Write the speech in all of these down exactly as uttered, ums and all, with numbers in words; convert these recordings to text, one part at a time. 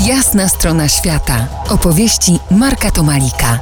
Jasna strona świata. Opowieści Marka Tomalika.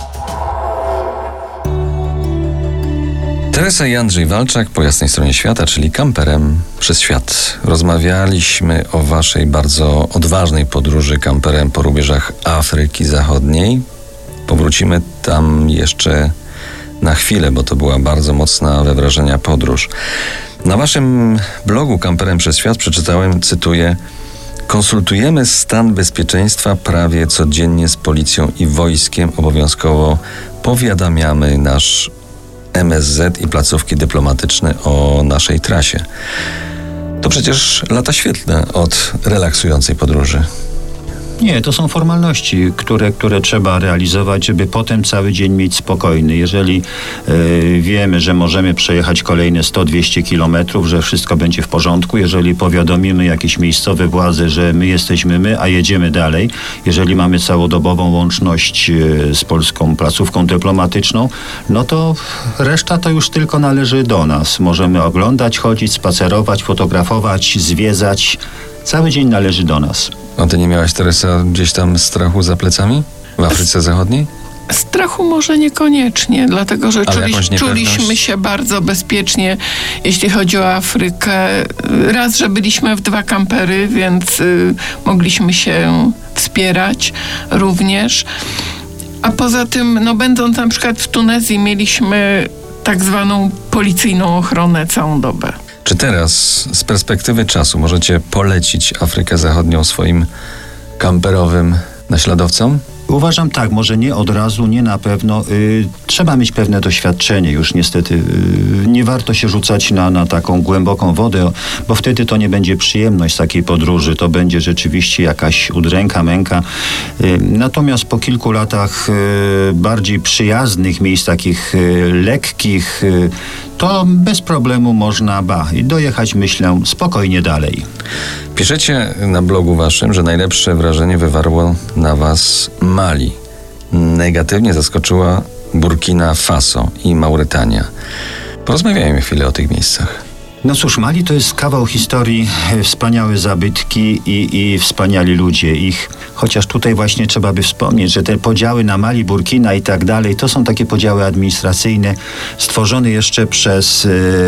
Teresa i Andrzej Walczak po jasnej stronie świata, czyli kamperem przez świat. Rozmawialiśmy o waszej bardzo odważnej podróży kamperem po rubieżach Afryki Zachodniej. Powrócimy tam jeszcze na chwilę, bo to była bardzo mocna we wrażenia podróż. Na waszym blogu Kamperem przez świat przeczytałem, cytuję: konsultujemy stan bezpieczeństwa prawie codziennie z policją i wojskiem. Obowiązkowo powiadamiamy nasz M S Z i placówki dyplomatyczne o naszej trasie. To przecież lata świetlne od relaksującej podróży. Nie, to są formalności, które, które trzeba realizować, żeby potem cały dzień mieć spokojny. Jeżeli y, wiemy, że możemy przejechać kolejne sto dwieście kilometrów, że wszystko będzie w porządku, jeżeli powiadomimy jakieś miejscowe władze, że my jesteśmy my, a jedziemy dalej, jeżeli mamy całodobową łączność y, z polską placówką dyplomatyczną, no to reszta to już tylko należy do nas. Możemy oglądać, chodzić, spacerować, fotografować, zwiedzać. Cały dzień należy do nas. A ty nie miałaś, Teresa, gdzieś tam strachu za plecami w Afryce Zachodniej? Strachu może niekoniecznie, dlatego że czuli, niepewność? czuliśmy się bardzo bezpiecznie, jeśli chodzi o Afrykę. Raz, że byliśmy w dwa kampery, więc y, mogliśmy się wspierać również. A poza tym, no będąc na przykład w Tunezji, mieliśmy tak zwaną policyjną ochronę całą dobę. Czy teraz, z perspektywy czasu, możecie polecić Afrykę Zachodnią swoim kamperowym naśladowcom? Uważam tak, może nie od razu, nie na pewno. Yy, trzeba mieć pewne doświadczenie już niestety. Yy, nie warto się rzucać na, na taką głęboką wodę, bo wtedy to nie będzie przyjemność takiej podróży. To będzie rzeczywiście jakaś udręka, męka. Yy, natomiast po kilku latach yy, bardziej przyjaznych miejsc, takich yy, lekkich, yy, to bez problemu można ba, i dojechać, myślę, spokojnie dalej. Piszecie na blogu waszym, że najlepsze wrażenie wywarło na was Mali. Negatywnie zaskoczyła Burkina Faso i Mauretania. Porozmawiajmy chwilę o tych miejscach. No cóż, Mali to jest kawał historii, wspaniałe zabytki i, i wspaniali ludzie. Ich, chociaż tutaj właśnie trzeba by wspomnieć, że te podziały na Mali, Burkina i tak dalej, to są takie podziały administracyjne stworzone jeszcze przez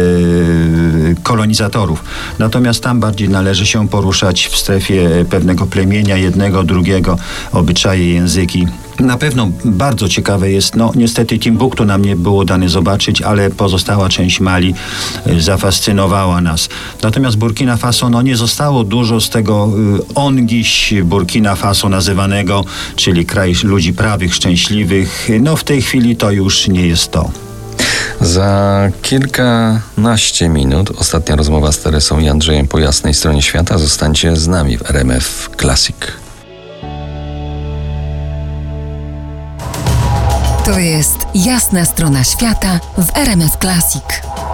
yy, kolonizatorów. Natomiast tam bardziej należy się poruszać w strefie pewnego plemienia, jednego, drugiego, obyczaje, języki. Na pewno bardzo ciekawe jest, no niestety Timbuktu nam nie było dane zobaczyć, ale pozostała część Mali y, zafascynowała nas. Natomiast Burkina Faso, no nie zostało dużo z tego y, ongiś Burkina Faso nazywanego, czyli kraj ludzi prawych, szczęśliwych. No w tej chwili to już nie jest to. Za kilkanaście minut ostatnia rozmowa z Teresą i Andrzejem po jasnej stronie świata. Zostańcie z nami w R M F Classic. To jest Jasna strona świata w R M F Classic.